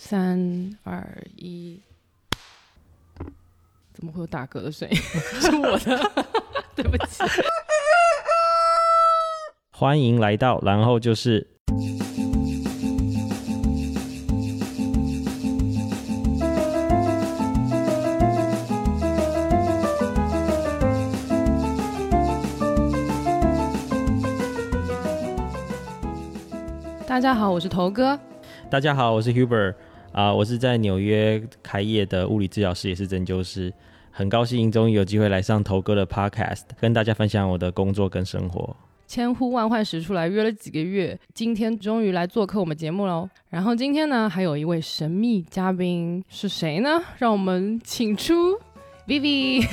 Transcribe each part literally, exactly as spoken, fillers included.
三二一，怎么会有打嗝的声音？是我的，对不起。 欢迎来到，然后就是。 大家好，我是头哥。 大家好，我是 Huber、呃、我是在纽约开业的物理治疗师，也是针灸师。很高兴终于有机会来上头哥的 Podcast， 跟大家分享我的工作跟生活。 千呼万唤始出来，约了几个月，今天终于来做客我们节目喽。然后今天呢，还有一位神秘嘉宾，是谁呢？让我们请出 Vivi。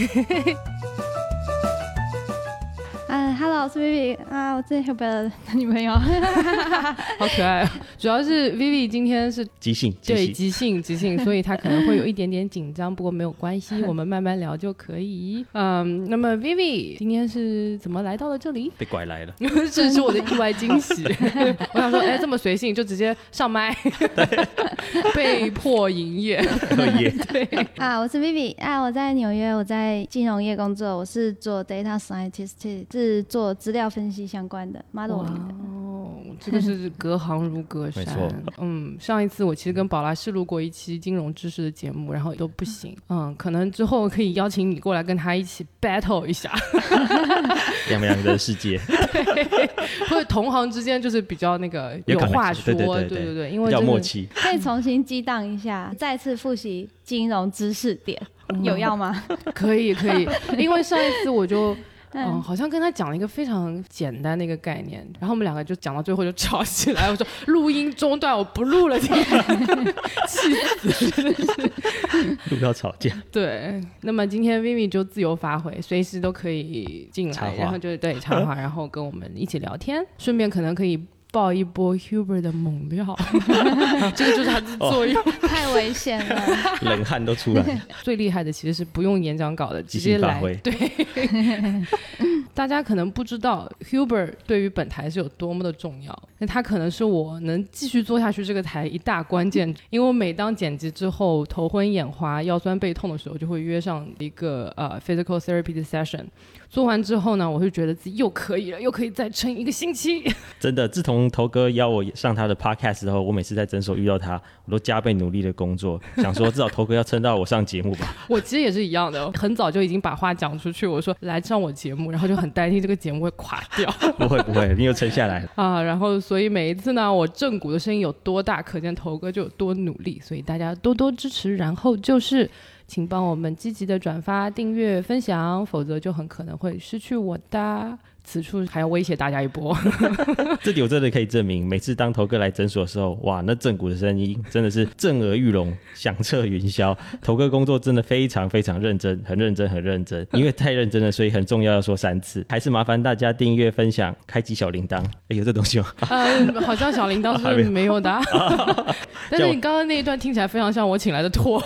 啊 ，Hello， 我是 Vivi 啊，我是 Huber 的女朋友， 好可爱、哦。主要是 Vivi 今天是即兴， 对，即兴，即兴，所以她可能会有一点点紧张，不过没有关系，我们慢慢聊就可以。嗯，那么 Vivi 今天是怎么来到了这里？ 被拐来了， 这是我的意外惊喜。我想说，哎，这么随性就直接上麦，被迫营业。对啊，我是 Vivi 啊，我在纽约，我在金融业工作，我是做 data scientist。是做资料分析相关的 modeling 的。 哦，这个是隔行如隔山。没错。嗯，上一次我其实跟宝拉试录过一期金融知识的节目，然后都不行。嗯，可能之后可以邀请你过来跟他一起 battle 一下。 两两个世界。 对，或者同行之间就是比较那个有话说。对对 对, 对, 对, 对，因为比较默契。 可以重新激荡一下，再次复习金融知识点，嗯、有要吗？ 可以可以，因为上一次我就。嗯，好像跟他讲了一个非常简单的一个概念，然后我们两个就讲到最后就吵起来，我说录音中断，我不录了，气死，真的是录到吵架。 对，那么今天 Vivi 就自由发挥，随时都可以进来，然后就对插话，然后跟我们一起聊天，顺便可能可以爆一波 Huber 的猛料。这个就是他的作用、哦、 太危险了， 冷汗都出来了。 最厉害的其实是不用演讲稿的，直接来。对，大家可能不知道 Huber 对于本台是有多么的重要，他可能是我能继续做下去这个台一大关键。因为我每当剪辑之后头昏眼花腰酸背痛的时候，就会约上一个呃 physical therapy 的 session， 做完之后呢，我会觉得自己又可以了，又可以再撑一个星期。 真的，自从头哥邀我上他的 podcast 之后，我每次在诊所遇到他，我都加倍努力的工作，想说至少头哥要撑到我上节目吧。 我其实也是一样的，很早就已经把话讲出去，我说来上我节目，然后就很担心这个节目会垮掉。 不会不会，你又撑下来了啊！然后所以每一次呢，我正骨的声音有多大，可见头哥就有多努力，所以大家多多支持。然后就是请帮我们积极的转发、订阅、分享，否则就很可能会失去我的。此处还要威胁大家一波。 这里我真的可以证明，每次当头哥来诊所的时候，哇，那正骨的声音真的是震耳欲聋，响彻云霄。头哥工作真的非常非常认真，很认真很认真，因为太认真了，所以很重要要说三次。还是麻烦大家订阅、分享、开启小铃铛。哎，有这东西吗？嗯， 好像小铃铛是没有的、啊啊、但是你刚刚那一段听起来非常像我请来的托。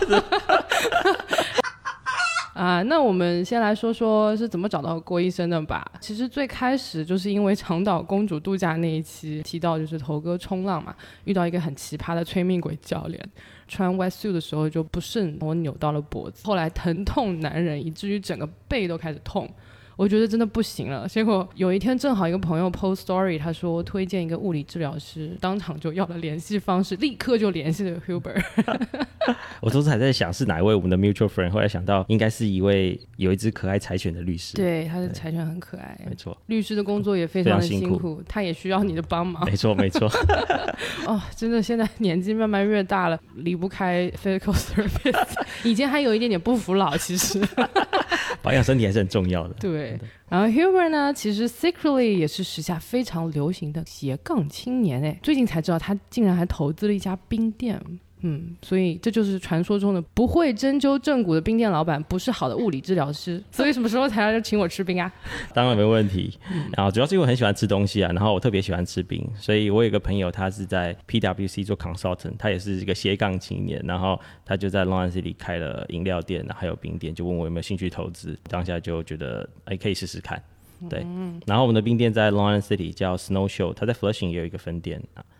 啊，那我们先来说说是怎么找到郭医生的吧。其实最开始就是因为长岛公主度假那一期提到，就是头哥冲浪嘛，遇到一个很奇葩的催命鬼教练，穿 wetsuit 的时候就不慎我扭到了脖子，后来疼痛难忍，以至于整个背都开始痛。我觉得真的不行了，结果有一天正好一个朋友 post story， 他说推荐一个物理治疗师，当场就要了联系方式，立刻就联系了 Huber。 我当时还在想是哪一位我们的 mutual friend， 后来想到应该是一位有一只可爱柴犬的律师。 对，他的柴犬很可爱，没错， 律师的工作也非常的辛 苦, 辛苦他也需要你的帮忙。 没错没错。 哦，真的现在年纪慢慢越大了，离不开 physical therapist。 以前还有一点点不服老，其实保养身体还是很重要的。 对，然后 Huber 呢，其实 secretly 也是时下非常流行的斜杠青年哎，最近才知道他竟然还投资了一家冰店。嗯，所以这就是传说中的不会针灸正骨的冰店老板，不是好的物理治疗师。所以什么时候才要请我吃冰啊？ 当然没问题。然后主要是因为我很喜欢吃东西啊，然后我特别喜欢吃冰，所以我有一个朋友他是在 P W C 做 consultant， 他也是一个斜杠青年，然后他就在 Long Island City 开了饮料店还有冰店，就问我有没有兴趣投资，当下就觉得哎可以试试看。对，然后我们的冰店在 Long Island City 叫 Snow Show， 他在 Flushing 也有一个分店，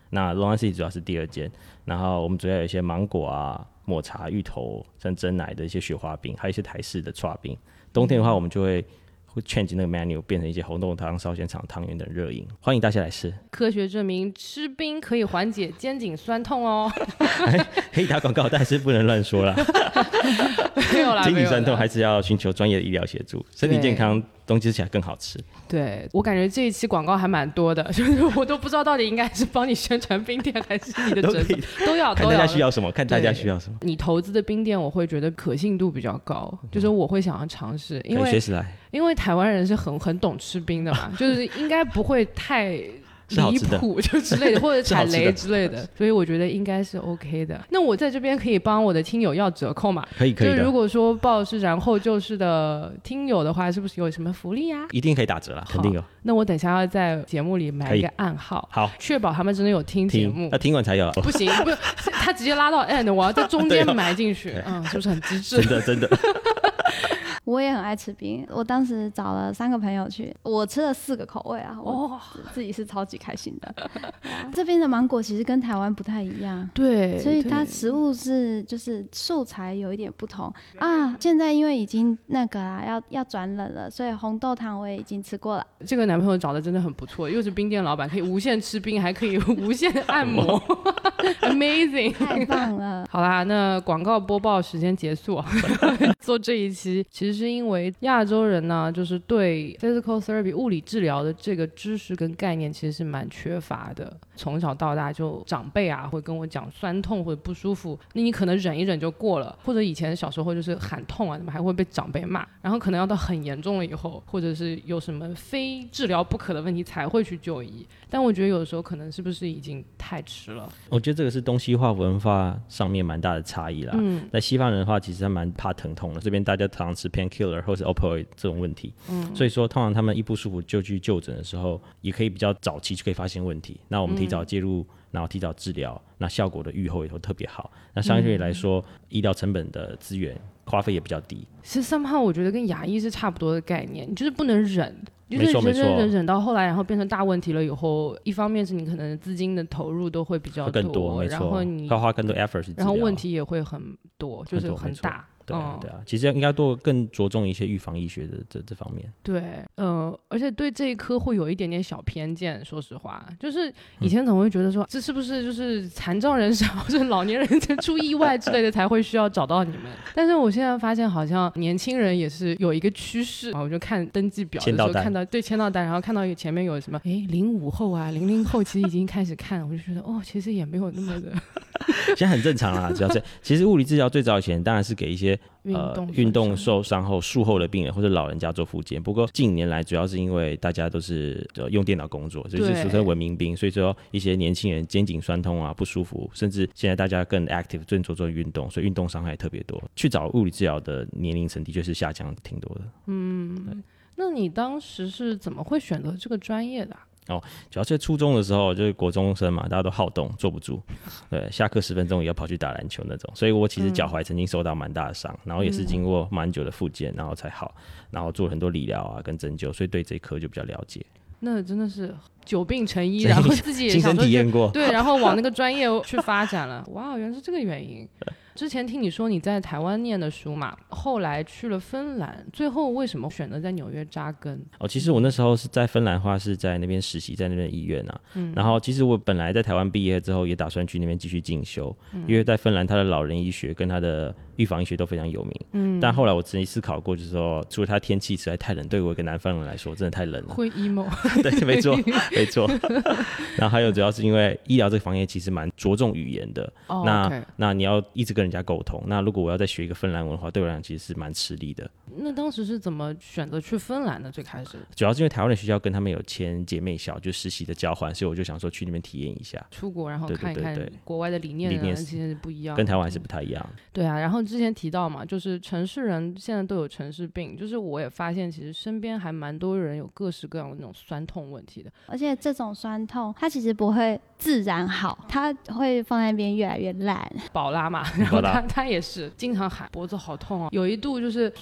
那 Long Island City 主要是第二间，然后我们主要有一些芒果啊、抹茶、芋头、像真奶的一些雪花冰，还有一些台式的剉冰。冬天的话，我们就会会 change 那个 menu 变成一些红豆汤、烧仙草汤圆等热饮，欢迎大家来试。 科学证明吃冰可以缓解肩颈酸痛哦。 可以打广告，但是不能乱说啦。 没有啦， 肩颈酸痛还是要寻求专业的医疗协助，身体健康东西吃起来更好吃。 对，我感觉这一期广告还蛮多的，就是我都不知道到底应该是帮你宣传冰店还是你的诊所，都要看大家需要什么，看大家需要什么。 你投资的冰店，我会觉得可信度比较高，就是我会想要尝试，因为随时来， 因为台湾人是很很懂吃冰的嘛，就是应该不会太离谱就之类的，或者踩雷之类的，所以我觉得应该是 OK 的。那我在这边可以帮我的听友要折扣嘛？ 可以可以的。 就如果说报是然后就是的听友的话，是不是有什么福利啊？ 一定可以打折啦，肯定有。 那我等一下要在节目里埋一个暗号，好，确保他们真的有听节目。 那听完才有。 不行，不，他直接拉到 end， 我要在中间埋进去，嗯，是不是很机智？ 真的真的。 我也很爱吃冰，我当时找了三个朋友去，我吃了四个口味啊，我自己是超级开心的。这边的芒果其实跟台湾不太一样， 对， 所以它食物是就是素材有一点不同啊。现在因为已经那个啦，要要转冷了，所以红豆汤我也已经吃过了。 这个男朋友找的真的很不错，又是冰店老板，可以无限吃冰，还可以无限按摩，amazing， 太棒了。 好啦，那广告播报时间结束。做这一期其实是因为亚洲人呢，就是对 physical therapy 物理治疗的这个知识跟概念其实是蛮缺乏的。从小到大就长辈啊会跟我讲酸痛或者不舒服，那你可能忍一忍就过了，或者以前小时候就是喊痛啊，怎么还会被长辈骂，然后可能要到很严重了以后，或者是有什么非治疗不可的问题才会去就医。但我觉得有的时候可能是不是已经太迟了。 我觉得这个是东西化文化上面蛮大的差异啦。嗯，在西方人的话其实他蛮怕疼痛的，这边大家常常吃 painkiller 或是 opioid 这种问题，嗯，所以说通常他们一不舒服就去就诊的时候也可以比较早期就可以发现问题，那我们提早介入、嗯、然后提早治疗，那效果的预后也会特别好，那相对来说、嗯、医疗成本的资源花费也比较低。 其实 somehow 我觉得跟牙医是差不多的概念，你就是不能忍，就是忍忍忍忍到后来，然后变成大问题了以后，一方面是你可能资金的投入都会比较多， 更多， 然后你要花更多 effort 去治疗， 然后问题也会很多，就是很大。 对啊，对啊，其实应该多更着重一些预防医学的 这, 这方面。 对，呃，而且对这一科会有一点点小偏见，说实话，就是以前总会觉得说，嗯、这是不是就是残障人士或者老年人出意外之类的才会需要找到你们？但是我现在发现，好像年轻人也是有一个趋势啊，我就看登记表的时候看到对签到单，然后看到前面有什么，哎，零五后啊，零零后其实已经开始看，我就觉得哦，其实也没有那么的。 现在很正常啦，主要是其实物理治疗最早以前当然是给一些呃运动受伤后术后的病人或者老人家做复健，不过近年来主要是因为大家都是、呃、用电脑工作，就是俗称文明病，所以说一些年轻人肩颈酸痛啊不舒服，甚至现在大家更 active 更着重运动，所以运动伤害特别多，去找物理治疗的年龄层的确是下降挺多的。 嗯，那你当时是怎么会选择这个专业的、啊？ 哦，主要是初中的时候，就是国中生嘛，大家都好动，坐不住，对，下课十分钟也要跑去打篮球那种，所以我其实脚踝曾经受到蛮大的伤、嗯，然后也是经过蛮久的复健，然后才好，然后做了很多理疗啊跟针灸，所以对这一科就比较了解。 那真的是久病成医，然后自己也亲身体验过， 对，然后往那个专业去发展了。哇，原来是这个原因。之前听你说你在台湾念的书嘛，后来去了芬兰，最后为什么选择在纽约扎根？ 哦，其实我那时候是在芬兰的话是在那边实习，在那边的医院啊、嗯。然后其实我本来在台湾毕业之后也打算去那边继续进修、嗯，因为在芬兰他的老人医学跟他的预防医学都非常有名。嗯。但后来我仔细思考过，就是说，除了他天气实在太冷，对我一个南方人来说真的太冷了， 会 emo。 对，没错，没错。然后还有主要是因为医疗这个行业其实蛮着重语言的，哦、那、okay. 那你要一直跟人家沟通，那如果我要再学一个芬兰文的话，对我来讲其实是蛮吃力的。 那当时是怎么选择去芬兰的？最开始主要是因为台湾的学校跟他们有签姐妹校，就实习的交换，所以我就想说去那边体验一下， 出国然后看一看国外的理念，理念其实不一样， 跟台湾还是不太一样。 对啊，然后之前提到嘛，就是城市人现在都有城市病，就是我也发现其实身边还蛮多人有各式各样的那种酸痛问题的， 而且这种酸痛它其实不会自然好，它会放在那边越来越烂。 宝拉嘛，然后他他也是经常喊脖子好痛哦，有一度就是酸痛到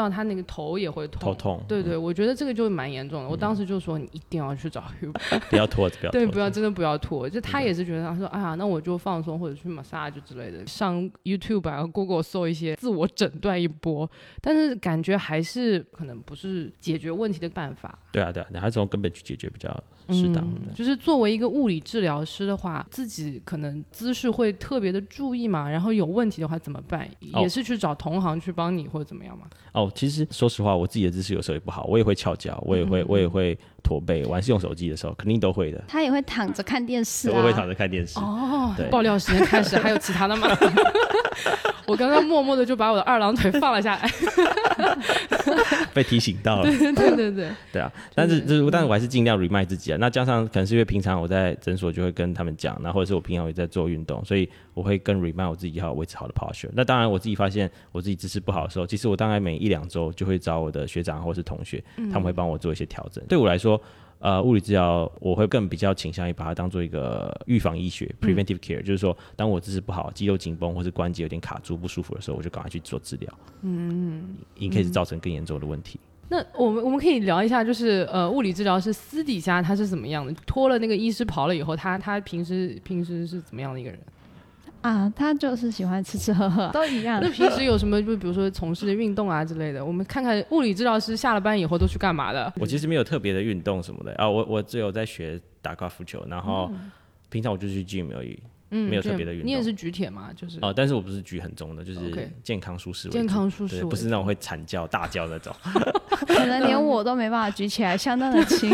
到他那个头也会痛， 头痛， 对对、 嗯， 我觉得这个就蛮严重的。我当时就说你一定要去找 Huber， 不要拖着，不要拖着， 对，不要真的不要拖。就他也是觉得他说，哎呀，那我就放松或者去 massage 之类的，上 YouTube 啊 Google 搜一些自我诊断一波，但是感觉还是可能不是解决问题的办法。 对啊对啊，你还是从根本去解决比较适当的、 嗯。就是作为一个物理治疗师的话，自己可能姿势会特别的注意嘛，然后有问题的话怎么办？ 哦、 也是去找同行去帮你或者怎么样吗？ 哦，其实说实话，我自己的姿势有时候也不好，我也会翘脚，我也会、嗯、我也会驼背，我还是用手机的时候肯定都会的。 他也会躺着看电视、啊， 我会躺着看电视。 哦，爆料时间开始，还有其他的吗？我刚刚默默的就把我的二郎腿放了下来， 被提醒到了。 对对对对对， 对啊，但是就是，但是我还是尽量 remind 自己啊。那加上可能是因为平常我在诊所就会跟他们讲，然后或者是我平常也在做运动，所以我会跟 remind 我自己要维持好的 posture。那当然我自己发现我自己姿势不好的时候，其实我大概每一两周就会找我的学长或是同学，他们会帮我做一些调整。对我来说，呃，物理治疗我会更比较倾向于把它当做一个预防医学 （preventive care），、嗯、就是说，当我姿势不好、肌肉紧绷或是关节有点卡住不舒服的时候，我就赶快去做治疗。嗯，in case造成更严重的问题。 那我们我们可以聊一下，就是呃，物理治疗师私底下他是怎么样的？脱了那个医师袍了以后，他他平时平时是怎么样的一个人？ 啊，他就是喜欢吃吃喝喝，都一样。 那平时有什么，就比如说从事的运动啊之类的，我们看看物理治疗师下了班以后都去干嘛的？ 我其实没有特别的运动什么的啊，我我只有在学打高尔夫球，然后平常我就去 gym 而已。嗯，没有特别的运动。 你也是举铁嘛？就是哦、呃，但是我不是举很重的，就是健康舒适为主， 健康舒适， 不是那种会惨叫、大叫那种。 可能连我都没办法举起来，相当的轻。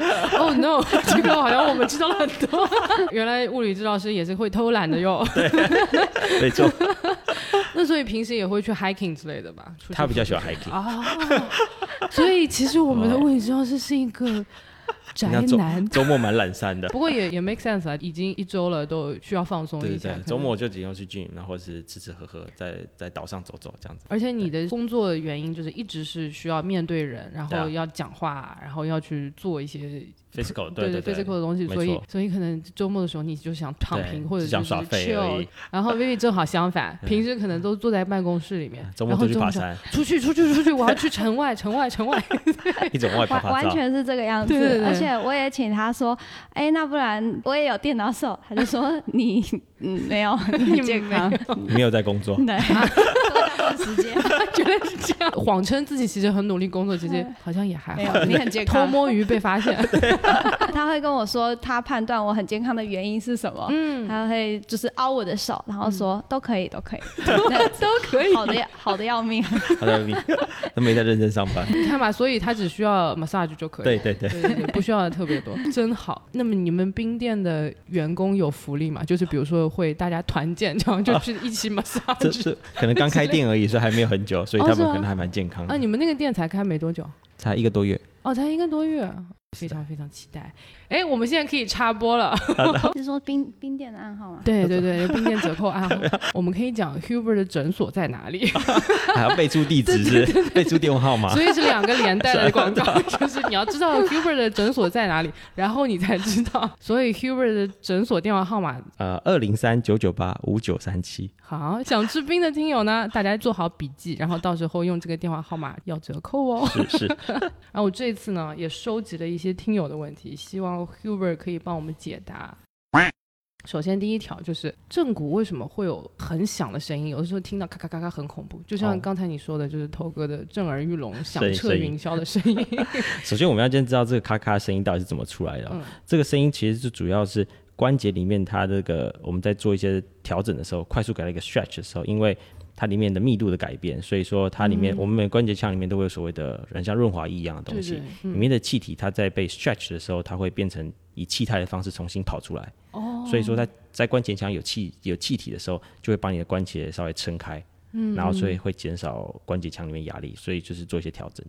Oh no， 这个好像我们知道了很多。原来物理治疗师也是会偷懒的哟。 对，没错。 那所以平时也会去 hiking 之类的吧？ 他比较喜欢 hiking 啊、哦，所以其实我们的物理治疗师是一个宅男， 周末蛮懒散的。 不过也也 make sense 啊，已经一周了，都需要放松一下。 对对，周末就只用去 gym， 然后或是吃吃喝喝，在在岛上走走这样子。 而且你的工作的原因就是一直是需要面对人，然后要讲话，然后要去做一些 physical 对对对 physical 的东西，所以所以可能周末的时候你就想躺平或者想耍废而已。 然后 Vivi 正好相反，平时可能都坐在办公室里面， 周末就去爬山， 出去出去出去，我要去城外城外城外， 一种外拍拍照， 完全是这个样子。 对对对， 而且我也请他说，哎，那不然我也有电脑手，他就说你嗯没有，你很健康， 你没有在工作， 对，时间原来是这样，谎称自己其实很努力工作，其实好像也还好， 你很健康， 偷摸鱼被发现。 他会跟我说他判断我很健康的原因是什么，嗯，他会就是凹我的手，然后说、嗯、都可以都可以都可以， 好的好的要命， 好的要命，都没在认真上班。 你看吧，所以他只需要 massage 就可以， 对对 对, 对, 对, 对，不需要的特别多，真好。那么你们冰店的员工有福利吗？就是比如说会大家团建，这样就去一起 massage，、啊、 这是可能刚开店而已，所以还没有很久，所以他们可能还蛮健康的。 啊，你们那个店才开没多久？ 才一个多月。 哦，才一个多月，非常非常期待。哎，我们现在可以插播了。 是说冰冰店的暗号吗？ 对对对，冰店折扣暗号。我们可以讲 Huber 的诊所在哪里， 还要备注地址是，是备注电话号码。 所以是两个连带的广告，就是你要知道 Huber 的诊所在哪里，然后你才知道。所以 Huber 的诊所电话号码呃二零三九九八五九三七。 好，想吃冰的听友呢，大家做好笔记，然后到时候用这个电话号码要折扣哦。 是是。 然后我这次呢也收集了一些听友的问题，希望 Huber 可以帮我们解答。首先第一条就是正骨为什么会有很响的声音，有的时候听到咔咔咔咔很恐怖，就像刚才你说的，就是头哥的震耳欲聋响彻云霄的声音。 首先我们要先知道这个咔咔声音到底是怎么出来的、哦嗯、这个声音其实是主要是关节里面它这个我们在做一些调整的时候，快速给它一个 stretch 的时候，因为它里面的密度的改变，所以说它里面、嗯、我们每个关节腔里面都会有所谓的很像润滑液一样的东西，对对、嗯、里面的气体它在被 stretch 的时候，它会变成以气态的方式重新跑出来、哦、所以说在在关节腔有气有气体的时候，就会把你的关节稍微撑开、嗯、然后所以会减少关节腔里面压力，所以就是做一些调整。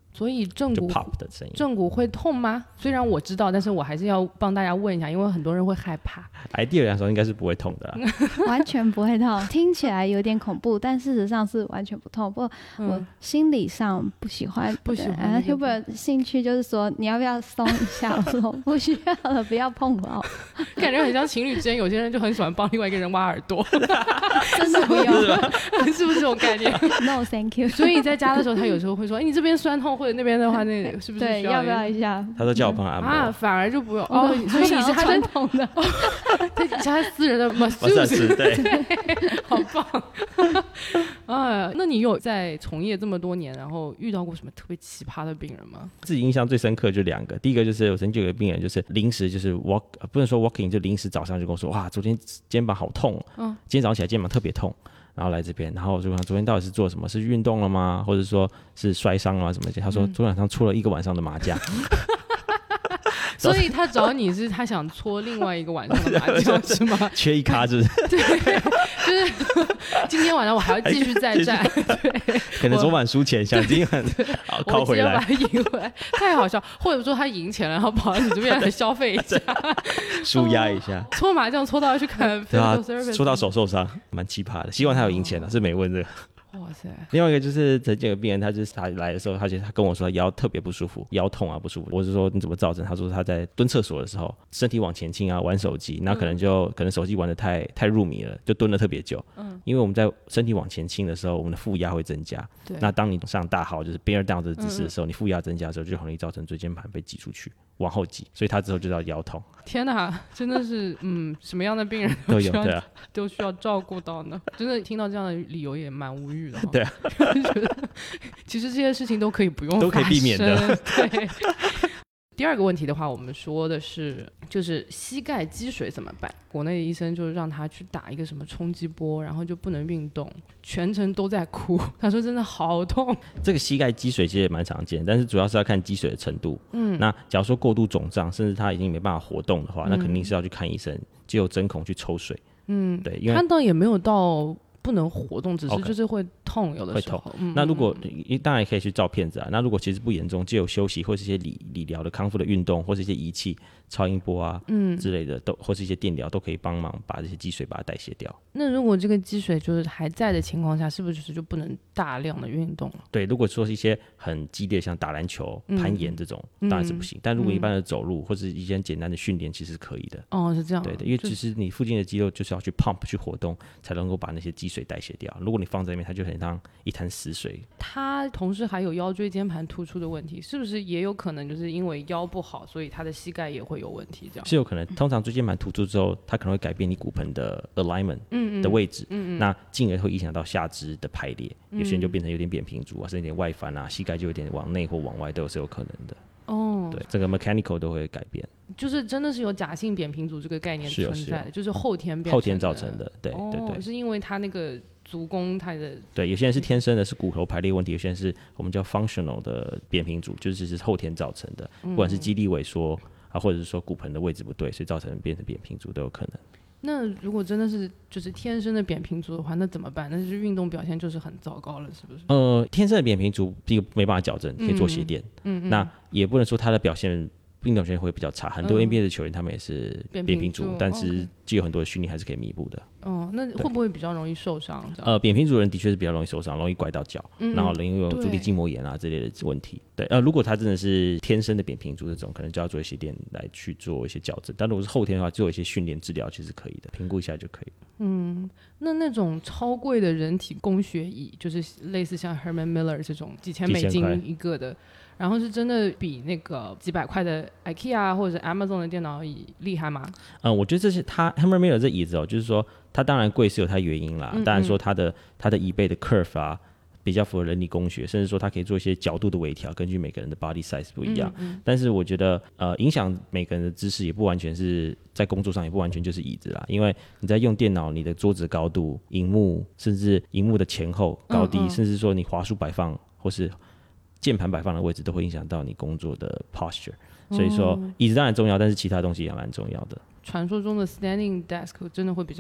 所以正骨 pop 的声音。 正骨会痛吗？虽然我知道，但是我还是要帮大家问一下，因为很多人会害怕。 idea 来说应该是不会痛的啦， 完全不会痛，听起来有点恐怖，但事实上是完全不痛。不过我心理上不喜欢， 不喜欢。 然后 Hubert 兴趣就是说，你要不要松一下？我说不需要了，不要碰我。 感觉很像情侣之间，有些人就很喜欢帮另外一个人挖耳朵， 真的不用， 是不是这种概念 ？No, thank you。 所以你在家的时候，他有时候会说：“哎，你这边酸痛，或者那边的话，那是不是对？要不要一下？” 他说叫我帮他按摩啊，反而就不用哦。所以你是他传统的， 他是他私人的 masseuse， 对， 好棒啊！那你有在从业这么多年，然后遇到过什么特别奇葩的病人吗？ 自己印象最深刻就两个，第一个就是我曾经有个病人，就是临时就是 walk， 不能说 walking， 就临时早上就跟我说，哇，昨天肩膀好痛，嗯，今天早上起来肩膀特别痛。然后来这边，然后我就问他昨天到底是做什么？是运动了吗？或者说是摔伤了什么的？他说昨天晚上搓了一个晚上的麻将。 所以他找你是他想搓另外一个晚上的麻将是吗？ 缺一咖是不是？ 对，就是今天晚上我还要继续再战。对， 可能昨晚输钱，想今晚好靠回来， 我直接把它赢回来，太好笑。或者说他赢钱了，然后跑到你这边来消费一下， 舒压一下。 搓麻将搓到要去看， 对啊，搓到手受伤，蛮奇葩的。希望他有赢钱了，是没问这个。 哇塞！ 另外一个就是曾经有个病人，他就是他来的时候，他他跟我说他腰特别不舒服，腰痛啊不舒服。我是说你怎么造成？他说他在蹲厕所的时候，身体往前倾啊，玩手机，那可能就、嗯、可能手机玩得太太入迷了，就蹲了特别久。嗯，因为我们在身体往前倾的时候，我们的负压会增加。对，那当你上大号就是 bear down 这个姿势的时候，嗯、你负压增加的时候，就很容易造成椎间盘被挤出去，往后挤，所以他之后就叫腰痛。 天哪，真的是嗯，什么样的病人都有，对啊， 都需要照顾到呢。真的听到这样的理由也蛮无语的。 对啊。 其实这些事情都可以不用发生， 都可以避免的。 对。第二个问题的话，我们说的是就是膝盖积水怎么办？国内的医生就是让他去打一个什么冲击波，然后就不能运动，全程都在哭。他说真的好痛。 这个膝盖积水其实也蛮常见，但是主要是要看积水的程度。嗯，那假如说过度肿胀，甚至他已经没办法活动的话，嗯、那肯定是要去看医生，借由针孔去抽水。嗯，对，因为看到也没有到不能活动，只是就是会痛， okay, 有的时候会痛、嗯、 那如果当然也可以去照片子啊，那如果其实不严重，藉由休息或是一些理理疗的康复的运动，或是一些仪器超音波啊、嗯、之类的，都或是一些电疗都可以帮忙把这些积水把它代谢掉。 那如果这个积水就是还在的情况下，是不是就不能大量的运动了？ 对，如果说是一些很激烈像打篮球、嗯、攀岩这种当然是不行、嗯、但如果一般的走路、嗯、或是一些简单的训练其实是可以的。 哦，是这样。 对的，因为其实你附近的肌肉就是要去 pump 去活动才能够把那些积水代谢掉，如果你放在那边它就很像一滩死水。 他同时还有腰椎间盘突出的问题，是不是也有可能就是因为腰不好，所以他的膝盖也会有问题？这样是有可能。通常椎间盘突出之后，它可能会改变你骨盆的 alignment 的位置，嗯嗯嗯、那进而会影响到下肢的排列，有些人就变成有点扁平足啊，甚至有点外翻啊，膝盖就有点往内或往外都是有可能的。哦，对，这个 mechanical 都会改变， 就是真的是有假性扁平足这个概念存在的，就是后天变成的后天造成的，对、哦、对对， 是因为他那个足弓它的对，有些人是天生的是骨头排列问题，有些人是我们叫 functional 的扁平足，就是是后天造成的，不管是肌力萎缩啊，或者是说骨盆的位置不对，所以造成变成扁平足都有可能。 那如果真的是就是天生的扁平足的话，那怎么办？那就是运动表现就是很糟糕了，是不是？ 呃，天生的扁平足第一个没办法矫正，可以做鞋垫，嗯嗯，那也不能说他的表现运动表现会比较差，很多 N B A 的球员他们也是扁平足，但是既有很多的训练还是可以弥补的。哦， 那会不会比较容易受伤？ 呃，扁平足的人的确是比较容易受伤，容易拐到脚，嗯、然后容易有足底筋膜炎啊之类的问题。对，呃，如果他真的是天生的扁平足这种，可能就要做一些练来去做一些矫正。但如果是后天的话，做一些训练治疗其实是可以的，评估一下就可以。 嗯，那那种超贵的人体工学椅，就是类似像 Herman Miller 这种几千美金一个的。然后是真的比那个几百块的 IKEA 或者是 Amazon 的电脑椅厉害吗？ 嗯，我觉得这是它 Herman Miller 这椅子哦，就是说它当然贵是有它原因啦，嗯嗯当然说它的它的椅背的 curve 啊比较符合人体工学，甚至说它可以做一些角度的微调，根据每个人的 body size 不一样。嗯嗯但是我觉得呃影响每个人的姿势也不完全是在工作上，也不完全就是椅子啦，因为你在用电脑，你的桌子高度、萤幕，甚至萤幕的前后高低，嗯嗯甚至说你滑鼠摆放或是键盘摆放的位置都会影响到你工作的 posture， 所以说椅子当然重要，但是其他东西也蛮重要的。 传说中的 standing desk 真的会比较好？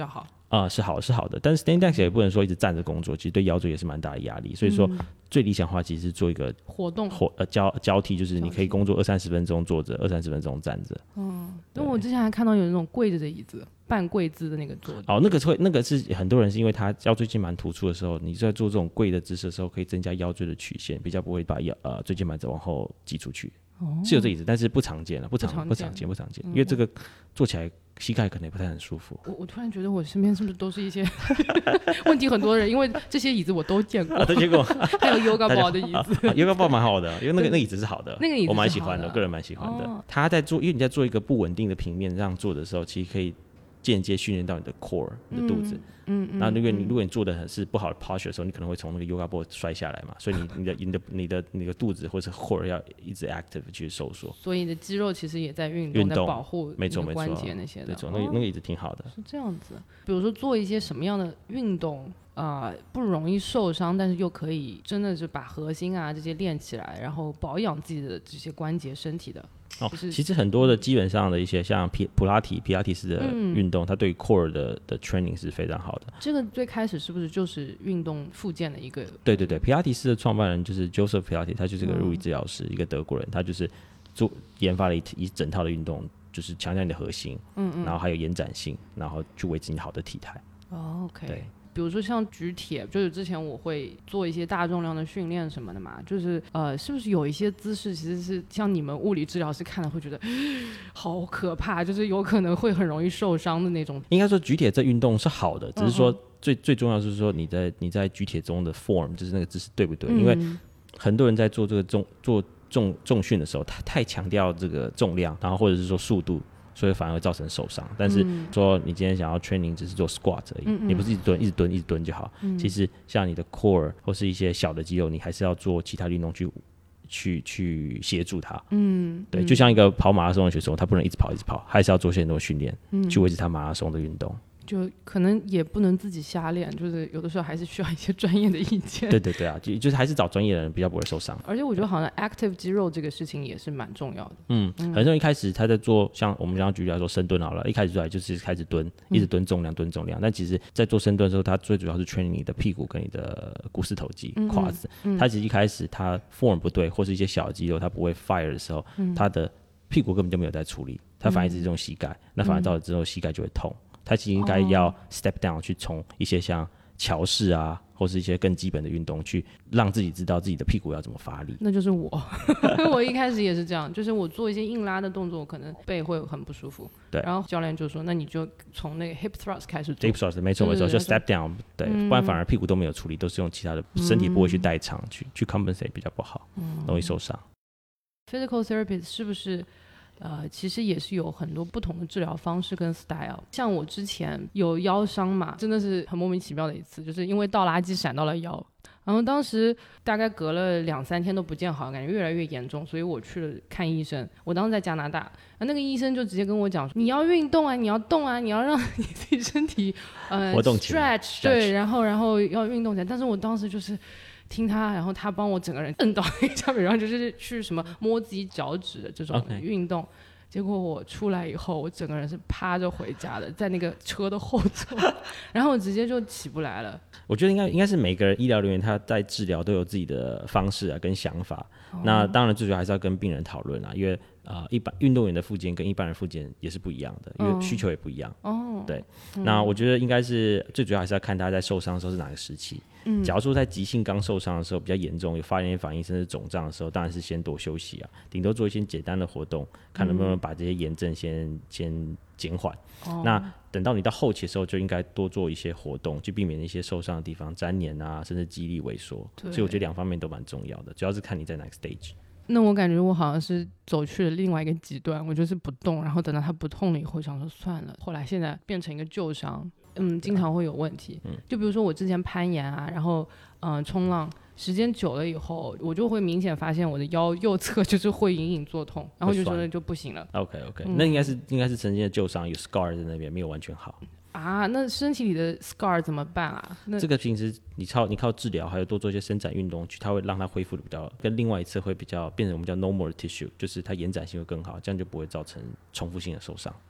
啊、呃，是好是好的，但是 standing desk 也不能说一直站着工作，其实对腰椎也是蛮大的压力。所以说，嗯、最理想化其实是做一个活动活呃交交替，就是你可以工作二三十分钟坐着，二三十分钟站着。 嗯，因为我之前还看到有那种跪着的椅子，半跪姿的那个坐姿。 哦，那个会那个是很多人是因为他腰椎间盘突出的时候，你在做这种跪的姿势的时候，可以增加腰椎的曲线，比较不会把腰呃椎间盘往后挤出去。哦、是有这椅子，但是不常见了，不常不常见不常见，因为这个做起来膝盖可能也不太很舒服。 我我突然觉得我身边是不是都是一些问题很多人，因为这些椅子我都见过， 啊、都见过， 还有 yoga ball 的椅子、 啊、yoga ball 蛮好的，因为那个那个椅子是好的， 那个椅子我蛮喜欢的，我个人蛮喜欢的。哦、他在做，因为你在做一个不稳定的平面这样做的时候，其实可以间接训练到你的 core， 你的肚子。嗯嗯。那如果你如果你做的是不好的 posture 的时候，你可能会从那个 yoga board 摔下来嘛，所以你你的你的你的你的肚子或是 core 要一直 active 去收缩。 所以你的肌肉其实也在运动，在保护你的关节那些的。 没错，那个那个椅子挺好的。 是这样子。比如说做一些什么样的运动？呃，不容易受伤，但是又可以真的是把核心啊这些练起来，然后保养自己的这些关节、身体的。 哦，其实很多的基本上的一些像皮普拉提、皮拉提式的运动，嗯、它对 core 的的 training 是非常好的。 这个最开始是不是就是运动复健的一个？ 对对对，皮拉提式的创办人就是 Joseph Pilates， 他就是个物理治疗师，嗯、一个德国人，他就是做研发了一一整套的运动，就是强调你的核心，嗯嗯，然后还有延展性，然后去维持你好的体态。 哦 ，OK。 对。 比如说像举铁，就是之前我会做一些大重量的训练什么的嘛，就是呃，是不是有一些姿势其实是像你们物理治疗师看了会觉得好可怕，就是有可能会很容易受伤的那种。 应该说举铁这运动是好的，只是说最、嗯、最重要的是说你在你在举铁中的 form， 就是那个姿势对不对？嗯、因为很多人在做这个重做重重训的时候，他太强调这个重量，然后或者是说速度。所以反而会造成受伤。但是说你今天想要 training 只是做 squat 而已，嗯嗯，你不是一直蹲、一直蹲、一直蹲就好。嗯、其实像你的 core 或是一些小的肌肉，你还是要做其他运动去去去协助它。嗯，对，就像一个跑马拉松的选手，他不能一直跑一直跑，还是要做些很多训练，嗯、去维持他马拉松的运动。 就可能也不能自己瞎练，就是有的时候还是需要一些专业的意见。 对对对啊，就就是还是找专业的人比较不会受伤。 而且我觉得好像 active 肌肉这个事情也是蛮重要的。 嗯，很多人一开始他在做，像我们刚刚举例来说深蹲好了，一开始出来就是开始蹲，一直蹲重量蹲重量，但其实在做深蹲的时候，它最主要是 training 你的屁股跟你的股四头肌、嗯、胯子。嗯、它其实一开始它 form 不对，或是一些小肌肉它不会 fire 的时候，嗯、它的屁股根本就没有在处理，它反而一直用膝盖，嗯、那反而到了之后膝盖就会痛。他其实应该要 step down 去从一些像桥式啊，或是一些更基本的运动，去让自己知道自己的屁股要怎么发力。 那就是我，我一开始也是这样，就是我做一些硬拉的动作，可能背会很不舒服。对。然后教练就说：“那你就从那个 hip thrust 开始做。” hip thrust 没错没错，就 step down， 对，嗯、不然反而屁股都没有处理，都是用其他的身体部位去代偿，去去 compensate 比较不好，嗯、容易受伤。 Physical therapist 是不是？呃，其实也是有很多不同的治疗方式跟 style。像我之前有腰伤嘛，真的是很莫名其妙的一次，就是因为倒垃圾闪到了腰，然后当时大概隔了两三天都不见好，感觉越来越严重，所以我去了看医生。我当时在加拿大，那个医生就直接跟我讲，你要运动啊，你要动啊，你要让你自己身体呃活动起来 stretch， 对，然后然后要运动起来。但是我当时就是听他，然后他帮我整个人摁到那个下面，然后就是去什么摸自己脚趾的这种运动。Okay. 结果我出来以后，我整个人是趴着回家的，在那个车的后座，然后我直接就起不来了。 我觉得应该应该是每个医疗人员他在治疗都有自己的方式啊跟想法。哦、那当然最主要还是要跟病人讨论啊，因为呃一般运动员的复健跟一般人复健也是不一样的，因为需求也不一样。哦，对。嗯、那我觉得应该是最主要还是要看他在受伤的时候是哪个时期。嗯，假如说在急性刚受伤的时候比较严重，有发炎反应甚至肿胀的时候，当然是先多休息啊，顶多做一些简单的活动，看能不能把这些炎症先先减缓。哦、那等到你到后期的时候，就应该多做一些活动，去避免一些受伤的地方粘连啊，甚至肌力萎缩。所以我觉得两方面都蛮重要的，主要是看你在哪个 stage。 那我感觉我好像是走去了另外一个极端，我就是不动，然后等到它不痛了以后，想说算了，后来现在变成一个旧伤。嗯，经常会有问题。嗯，就比如说我之前攀岩啊，然后嗯冲浪，时间久了以后，我就会明显发现我的腰右侧就是会隐隐作痛，然后就觉得就不行了。 OK OK，、嗯、那应该是应该是曾经的旧伤，有 scar 在那边没有完全好。 啊，那身体里的 scar 怎么办啊？那这个平时你靠你靠治疗，还有多做一些伸展运动，它会让它恢复的比较，跟另外一次会比较变成我们叫 normal tissue， 就是它延展性会更好，这样就不会造成重复性的受伤。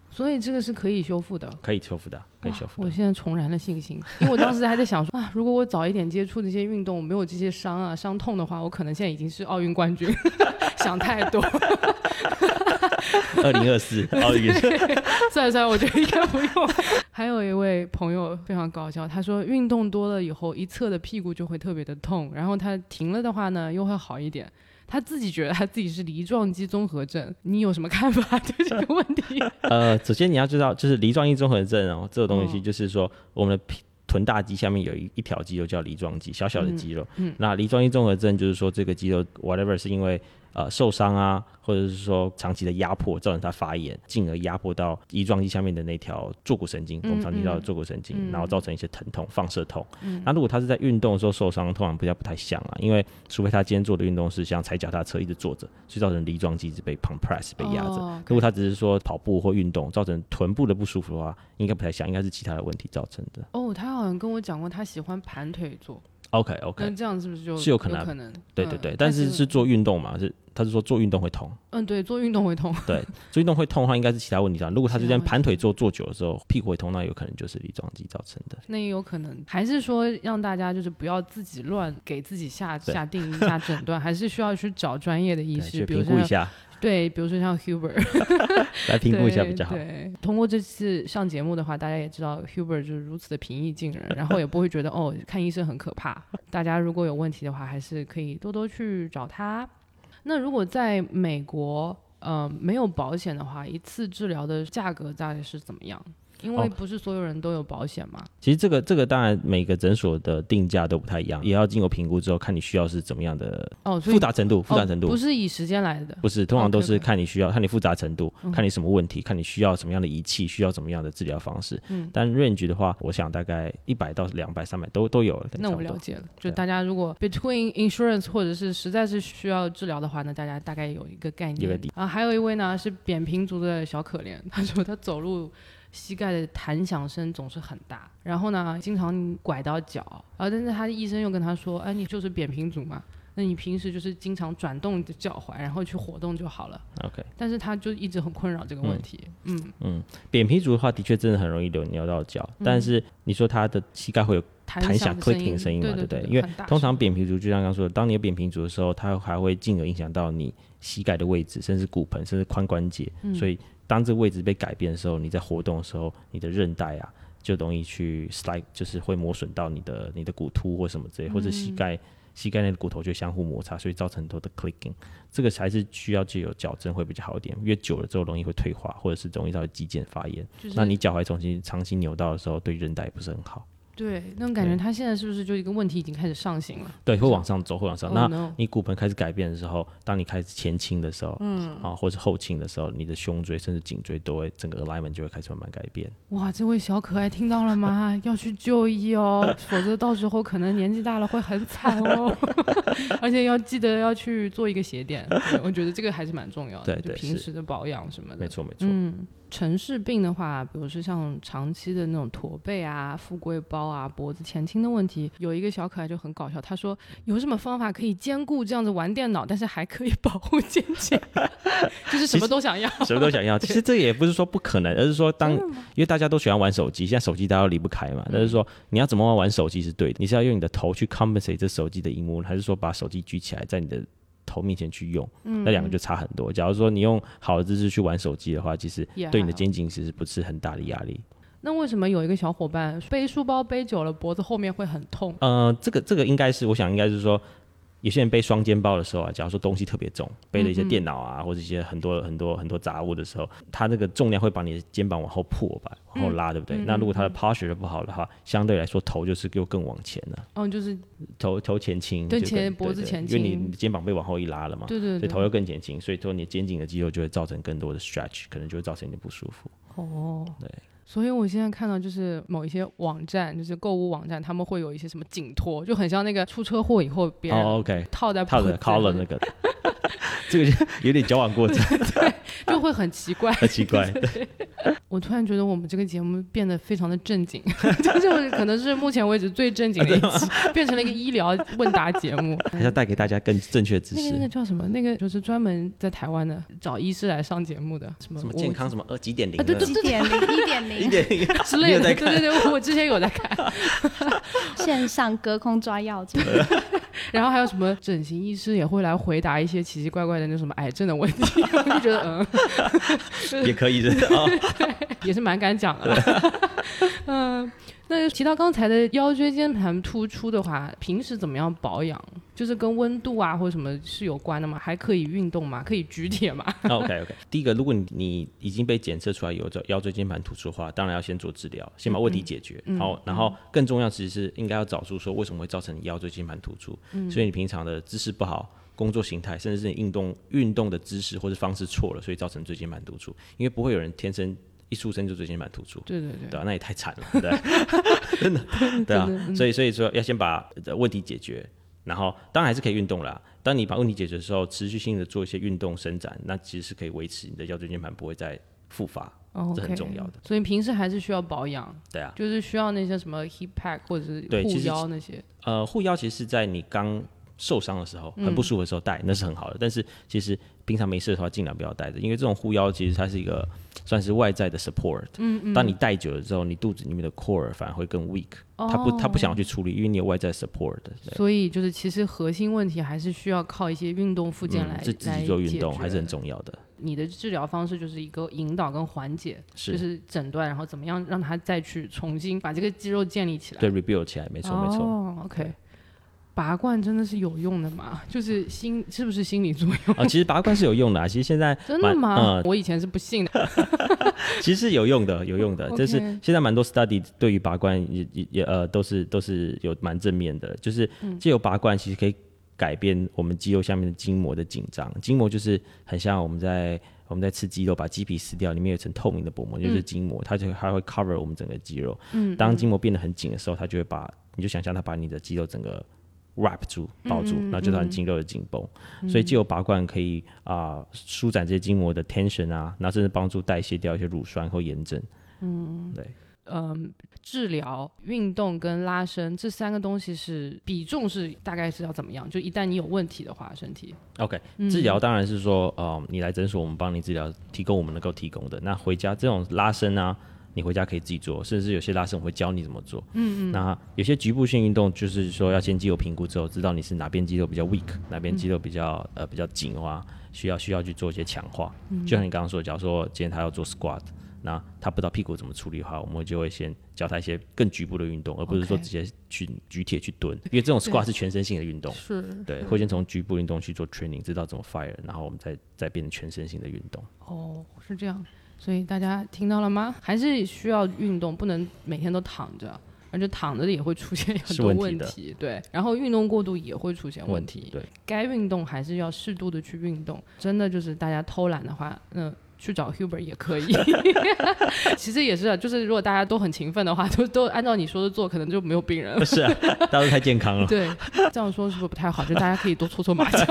所以这个是可以修复的， 可以修复的，可以修复的。 我现在重燃了信心，因为我当时还在想说啊，如果我早一点接触这些运动，没有这些伤啊伤痛的话，我可能现在已经是奥运冠军。想太多。 二零二四奥运， 算了算了，我觉得应该不用。还有一位朋友非常搞笑，他说运动多了以后，一侧的屁股就会特别的痛，然后他停了的话呢，又会好一点。他自己觉得他自己是梨状肌综合症，你有什么看法对这个问题？ 呃，首先你要知道，就是梨状肌综合症哦，这个东西就是说，我们的臀大肌下面有 一, 一条肌肉叫梨状肌，小小的肌肉。嗯嗯、那梨状肌综合症就是说，这个肌肉 whatever 是因为呃受伤啊，或者是说长期的压迫造成它发炎，进而压迫到梨状肌下面的那条坐骨神经，嗯、我们常提到的坐骨神经，嗯、然后造成一些疼痛、放射痛。嗯、那如果他是在运动的时候受伤，通常比较不太像啊，因为除非他今天做的运动是像踩脚踏车一直坐着，所以造成梨状肌一直被 compress 被压着。哦 okay、如果他只是说跑步或运动造成臀部的不舒服的话，应该不太像，应该是其他的问题造成的。 哦，他好像跟我讲过，他喜欢盘腿坐。 OK OK， 那这样是不是就是有可能？ 有可能对对对，嗯、但是是做运动嘛，是他是说做运动会痛。 嗯，对，做运动会痛。 对，做运动会痛的话，应该是其他问题上。如果他之前盘腿坐坐久的时候，屁股会痛，那有可能就是梨状肌造成的。 那也有可能，还是说让大家就是不要自己乱给自己下下定义、下诊断，还是需要去找专业的医师， 比如评估一下。 对，比如说像 Hubert 来评估一下比较好。 对，对，通过这次上节目的话，大家也知道 Hubert 就是如此的平易近人，然后也不会觉得哦看医生很可怕。大家如果有问题的话，还是可以多多去找他。那如果在美国呃没有保险的话，一次治疗的价格大概是怎么样？因为不是所有人都有保险嘛、哦、 其实这个这个当然每个诊所的定价都不太一样，也要经过评估之后看你需要是怎么样的复杂程度、哦、复杂程度、 哦、不是以时间来的， 不是，通常都是看你需要、okay, 看你复杂程度、嗯、看你什么问题，看你需要什么样的仪器，需要什么样的治疗方式、嗯、但 range 的话我想大概一百到两百三百都都有了。 那我了解了，就大家如果 between insurance 或者是实在是需要治疗的话呢，大家大概有一个概念啊。还有一位呢是扁平足的小可怜，他说他走路膝盖的弹响声总是很大，然后呢经常拐到脚，然后但是他的医生又跟他说，哎，你就是扁平足嘛，那你平时就是经常转动脚踝然后去活动就好了。 OK， 但是他就一直很困扰这个问题。嗯 嗯, 嗯， 扁平足的话的确真的很容易流扭到脚、嗯、但是你说他的膝盖会有弹响 clicking 的声音嘛， 对不 对, 对, 对？因为通常扁平足就像刚刚说的，当你有扁平足的时候，它还会进而影响到你膝盖的位置，甚至骨盆，甚至髋关节、嗯、所以当这个位置被改变的时候，你在活动的时候，你的韧带啊就容易去 slide， 就是会磨损到你的你的骨突或什么之类，或者膝盖、嗯、膝盖内的骨头就相互摩擦，所以造成很多的 clicking。这个还是需要藉由矫正会比较好一点，因为久了之后容易会退化，或者是容易造成肌腱发炎、就是。那你脚踝重新长期扭到的时候，对韧带也不是很好。 对，那种感觉他现在是不是就一个问题已经开始上行了？ 对，会往上走，会往上。 Oh, 那你骨盆开始改变的时候，当你开始前倾的时候，嗯，啊，或是后倾的时候，你的胸椎甚至颈椎都会整个 alignment 就会开始慢慢改变。 哇，这位小可爱听到了吗？要去就医哦，否则到时候可能年纪大了会很惨哦。而且要记得要去做一个鞋垫，我觉得这个还是蛮重要的。对对，就平时的保养什么的。 没错没错。 嗯。城市病的话，比如说像长期的那种驼背啊、富贵包啊、脖子前倾的问题，有一个小可爱就很搞笑，他说有什么方法可以兼顾这样子玩电脑，但是还可以保护肩颈，就是什么都想要， 什么都想要。其实这也不是说不可能，而是说当因为大家都喜欢玩手机，现在手机大家都离不开嘛，但是说你要怎么玩手机是对的，你是要用你的头去 compensate 这手机的萤幕，还是说把手机举起来在你的头面前去用，那两个就差很多。假如说你用好的姿势去玩手机的话，其实对你的肩颈其实不是很大的压力。 那为什么有一个小伙伴背书包背久了脖子后面会很痛？ 呃，这个这个应该是我想应该是说，有些人背双肩包的时候啊，假如说东西特别重，背了一些电脑啊、嗯、或者一些很多很多很多杂物的时候，它那个重量会把你的肩膀往后破吧，往后拉，嗯、对不对？嗯、那如果它的 posture 不好的话，相对来说头就是又更往前了。 哦，就是头头前倾， 对，前脖子前倾， 因为你的肩膀被往后一拉了嘛， 对对对， 所以头又更前倾，所以说你肩颈的肌肉就会造成更多的 stretch， 可能就会造成一点不舒服。 哦， 对。 所以我现在看到就是某一些网站，就是购物网站，他们会有一些什么颈托，就很像那个出车祸以后别人套在套着 collar 那个，这个就有点矫枉过正， 对，就会很奇怪， 很奇怪。对， 我突然觉得我们这个节目变得非常的正经，就是可能是目前为止最正经的一期，变成了一个医疗问答节目， 还是要带给大家更正确的知识。 那个那个叫什么？那个就是专门在台湾的找医师来上节目的，什么什么健康什么呃几点零、 啊，对对对， 一点零一点零一点零之类的，对对对，我之前有在看线上隔空抓药这然后还有什么整形医师也会来回答一些奇奇怪怪的那什么癌症的问题，我就觉得嗯， 也可以的，哦、 也是蛮敢讲的。嗯，那提到刚才的腰椎间盘突出的话，平时怎么样保养？就是跟温度啊或者什么是有关的吗？还可以运动吗？可以举铁吗 ？OK OK， 第一个，如果你你已经被检测出来有腰椎间盘突出的话，当然要先做治疗，先把问题解决。嗯、好，然后更重要其实是应该要找出说为什么会造成你腰椎间盘突出。嗯、所以你平常的姿势不好。工作形态，甚至是你运动运动的姿势或是方式错了，所以造成椎间盘突出。因为不会有人天生一出生就椎间盘突出， 对对对， 对啊，那也太惨了，对，真的，对啊，所以所以说要先把问题解决，然后当然还是可以运动啦。当你把问题解决的时候，持续性的做一些运动伸展，那其实是可以维持你的腰椎间盘不会再复发。 Oh, okay. 这很重要的， 所以平时还是需要保养。 对啊， 就是需要那些什么 hip pack 或者是护腰那些。 呃，护腰其实是在你刚受伤的时候很不舒服的时候戴、嗯、那是很好的，但是其实平常没事的话尽量不要戴着，因为这种护腰其实它是一个算是外在的 support。 嗯嗯，当你戴久了之后，你肚子里面的 core 反而会更 weak。哦、它不它不想要去处理，因为你有外在 support。 所以就是其实核心问题还是需要靠一些运动附件来、嗯、 是自己做运动还是很重要的。 你的治疗方式就是一个引导跟缓解，是就是诊断，然后怎么样让它再去重新把这个肌肉建立起来， 对 rebuild 起来，没错、哦、没错。 OK，拔罐真的是有用的吗？就是心是不是心理作用啊？其实拔罐是有用的啊，其实现在真的吗、嗯？我以前是不信的。 其实有用的，有用的，就、okay. 是现在蛮多 study 对于拔罐也也呃都是都是有蛮正面的，就是藉由拔罐其实可以改变我们肌肉下面的筋膜的紧张。筋膜就是很像我们在我们在吃鸡肉，把鸡皮撕掉，里面有一层透明的薄膜，就是筋膜，嗯、它就它会 cover 我们整个肌肉。嗯，当筋膜变得很紧的时候，它就会把你就想象它把你的肌肉整个 wrap 住抱住，然后就造成筋肉的紧绷、嗯。所以藉由拔罐可以啊、呃、舒展这些筋膜的 tension 啊，然后甚至帮助代谢掉一些乳酸或炎症。嗯，对。 嗯，治疗、运动跟拉伸这三个东西是比重是大概是要怎么样？就一旦你有问题的话，身体 OK，、嗯、治疗当然是说，呃，你来诊所我们帮你治疗，提供我们能够提供的。那回家这种拉伸啊，你回家可以自己做，甚至有些拉伸我会教你怎么做。嗯嗯。那有些局部性运动就是说要先肌肉评估之后，知道你是哪边肌肉比较 weak， 哪边肌肉比较、嗯、呃比较紧的话，需要需要去做一些强化。嗯、就像你刚刚说的，假如说今天他要做 squat。那他不知道屁股怎么处理的话，我们就会先教他一些更局部的运动，而不是说直接去举铁去蹲，因为这种 squat 是全身性的运动，是对，会先从局部运动去做 training， 知道怎么 fire， 然后我们再再变成全身性的运动。 哦，是这样，所以大家听到了吗？还是需要运动，不能每天都躺着，而且躺着也会出现很多问题，对，然后运动过度也会出现问题，嗯、对，该运动还是要适度的去运动，真的就是大家偷懒的话，那去找 Hubert 也可以。其实也是，就是如果大家都很勤奋的话，都都按照你说的做，可能就没有病人了。 是啊，大家都太健康了。 对，这样说是不是不太好？就大家可以多搓搓麻将。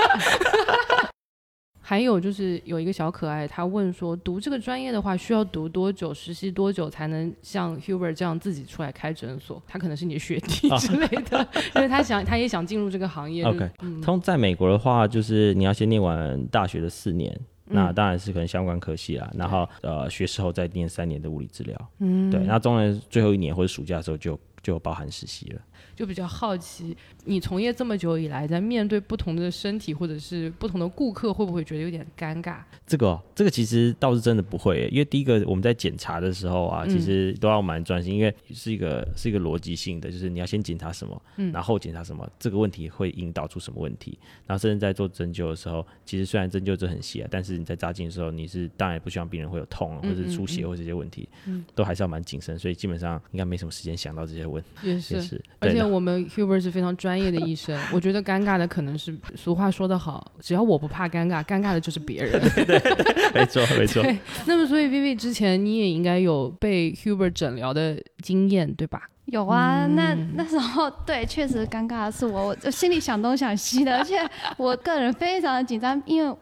还有就是有一个小可爱，他问说，读这个专业的话需要读多久，实习多久才能像 Hubert 这样自己出来开诊所？他可能是你的学弟之类的，哦、因为他想他也想进入这个行业。 OK，、嗯、通在美国的话，就是你要先念完大学的四年。那当然是可能相关科系啦，然后呃学士后再念三年的物理治疗，嗯，对，那当然最后一年或者暑假的时候就就包含实习了。 就比较好奇，你从业这么久以来，在面对不同的身体或者是不同的顾客，会不会觉得有点尴尬？ 这个、哦、这个其实倒是真的不会，因为第一个我们在检查的时候啊，嗯、其实都要蛮专心，因为是一个是一个逻辑性的，就是你要先检查什么，嗯、然后检查什么，这个问题会引导出什么问题，然后甚至在做针灸的时候，其实虽然针灸这很细啊，但是你在扎进的时候，你是当然不希望病人会有痛、啊、或者是出血或者这些问题，嗯、都还是要蛮谨慎，所以基本上应该没什么时间想到这些问题。 也是，也是而且我们 Hubert 是非常专业的医生，我觉得尴尬的可能是俗话说得好，只要我不怕尴尬，尴尬的就是别人。 对对对，没错没错。 那么所以 Vivi 之前你也应该有被 Hubert 诊疗的经验对吧？ 有啊，嗯、那那时候对，确实尴尬的是我，我心里想东想西的，而且我个人非常的紧张，因为他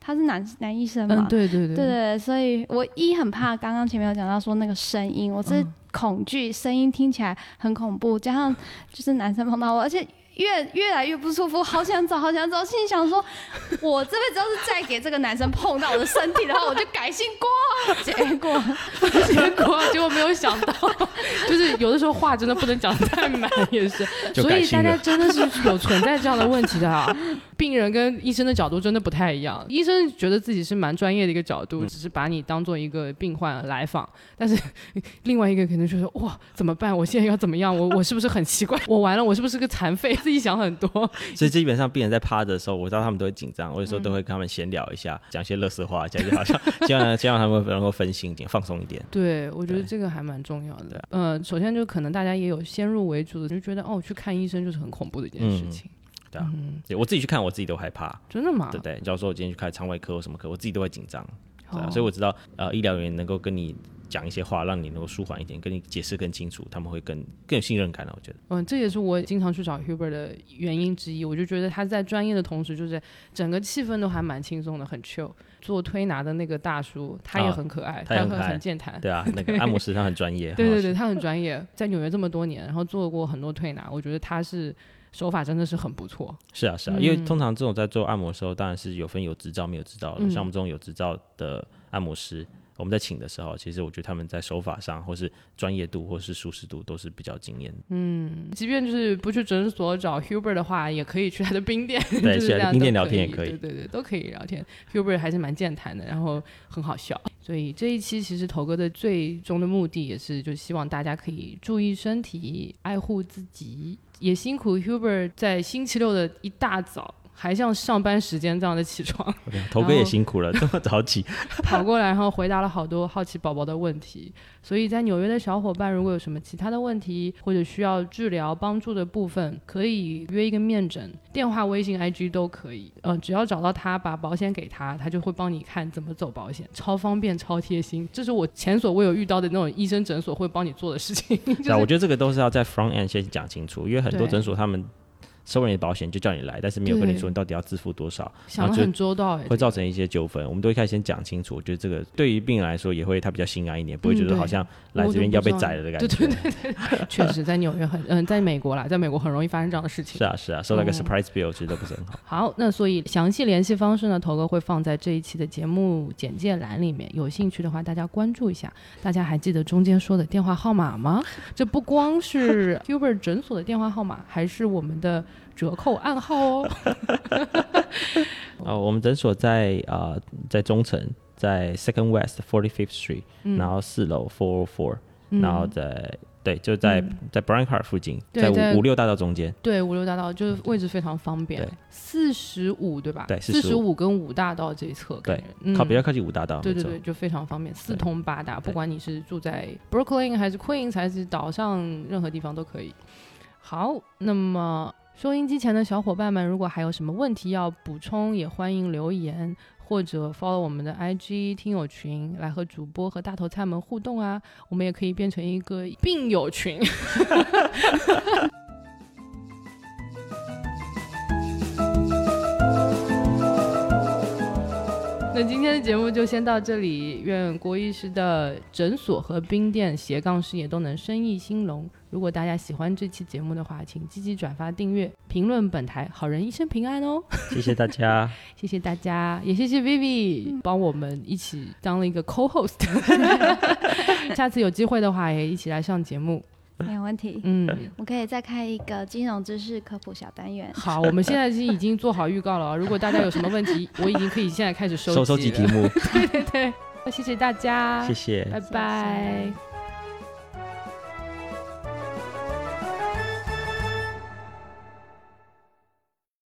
他是男男医生嘛， 嗯，对对对对对，所以我一很怕，刚刚前面有讲到说那个声音，我是恐惧声音听起来很恐怖，加上就是男生碰到我，而且越越来越不舒服，好想走好想走，心里想说我这辈子要是再给这个男生碰到我的身体的话，我就改姓郭。结果结果结果没有想到，就是有的时候话真的不能讲得太满，也是，所以大家真的是有存在这样的问题的啊。病人跟医生的角度真的不太一样，医生觉得自己是蛮专业的一个角度，嗯、只是把你当做一个病患来访，但是另外一个可能就说哇怎么办，我现在要怎么样，我我是不是很奇怪，我完了我是不是个残废，自己想很多。 所以基本上病人在趴着的时候，我知道他们都会紧张，我有时候都会跟他们闲聊一下，讲、嗯、些垃圾话，讲些好像希望希望他们能够分心一点，放松一点。 对，我觉得这个还蛮重要的。呃，首先就可能大家也有先入为主的，就觉得哦去看医生就是很恐怖的一件事情。嗯对啊，嗯、对我自己去看，我自己都害怕。 真的吗？ 对对，假如说我今天去看肠胃科或什么科，我自己都会紧张。对啊，哦、所以我知道，呃，医疗人员能够跟你讲一些话，让你能够舒缓一点，跟你解释更清楚，他们会更更有信任感了。我觉得， 嗯，这也是我经常去找 Hubert 的原因之一。我就觉得他在专业的同时，就是整个气氛都还蛮轻松的，很 chill。做推拿的那个大叔，他也很可爱，哦、他也很很健谈。 对啊，那个按摩师他很专业。 对对对，他很专业，在纽约这么多年，然后做过很多推拿，我觉得他是。手法真的是很不错。 是啊是啊、嗯、因为通常这种在做按摩的时候当然是有分有执照没有执照的、嗯、像我们这种有执照的按摩师，我们在请的时候其实我觉得他们在手法上或是专业度或是舒适度都是比较惊艳的。 嗯，即便就是不去诊所找 Hubert 的话也可以去他的冰店， 对， 就是去冰店聊天也可以， 对对对，都可以聊天。 Hubert 还是蛮健谈的，然后很好笑。所以这一期其实头哥的最终的目的也是就希望大家可以注意身体，爱护自己。也辛苦 Hubert 在星期六的一大早还像上班时间这样的起床， 头哥也辛苦了，这么早起跑过来，然后回答了好多好奇宝宝的问题。所以在纽约的小伙伴如果有什么其他的问题或者需要治疗帮助的部分，可以约一个面诊，电话微信 I G 都可以、呃、只要找到他把保险给他，他就会帮你看怎么走保险，超方便超贴心，这是我前所未有遇到的那种医生诊所会帮你做的事情、就是、 啊，我觉得这个都是要在 front end 先讲清楚，因为很多诊所他们收人的保险就叫你来，但是没有跟你说你到底要支付多少， 想得很周到， 会造成一些纠纷。我们都会开始先讲清楚，我觉得这个对于病人来说也会他比较心安一点，不会觉得好像来这边要被宰了的感觉。对对对对， 确实在纽约很嗯，在美国啦，在美国很容易发生这样的事情。 是啊是啊，收到个 surprise bill 其实都不是很好。 好，那所以详细联系方式呢，头哥会放在这一期的节目简介栏里面，有兴趣的话大家关注一下。大家还记得中间说的电话号码吗？这不光是 Hubert 诊所的电话号码，还是我们的折扣暗号哦。 呃、我们诊所在、呃、在中城，在 Second West forty-fifth Street、嗯、然后四楼four oh four、嗯、然后在对就在、嗯、在 Bryant Park 附近，在五六大道中间， 对，五六大道就是位置非常方便，四十五对吧？ 对， 四十五跟五大道这一侧， 对、嗯，靠比较靠近五大道， 对对对，就非常方便，四通八达，不管你是住在 Brooklyn 还是 Queens 还是岛上任何地方都可以。好，那么收音机前的小伙伴们，如果还有什么问题要补充，也欢迎留言或者 follow 我们的 I G 听友群来和主播和大头菜们互动啊，我们也可以变成一个病友群。那今天的节目就先到这里，愿郭医师的诊所和冰店斜杠事业都能生意兴隆。如果大家喜欢这期节目的话，请积极转发订阅评论本台，好人一生平安哦。 谢谢大家。 谢谢大家，也谢谢 Vivi 帮我们一起当了一个 co-host。 下次有机会的话也一起来上节目， 没有问题。 嗯， 我可以再开一个金融知识科普小单元。 好，我们现在已经做好预告了，如果大家有什么问题，我已经可以现在开始收集收收集题目。 对对对，谢谢大家， 谢谢， 拜拜。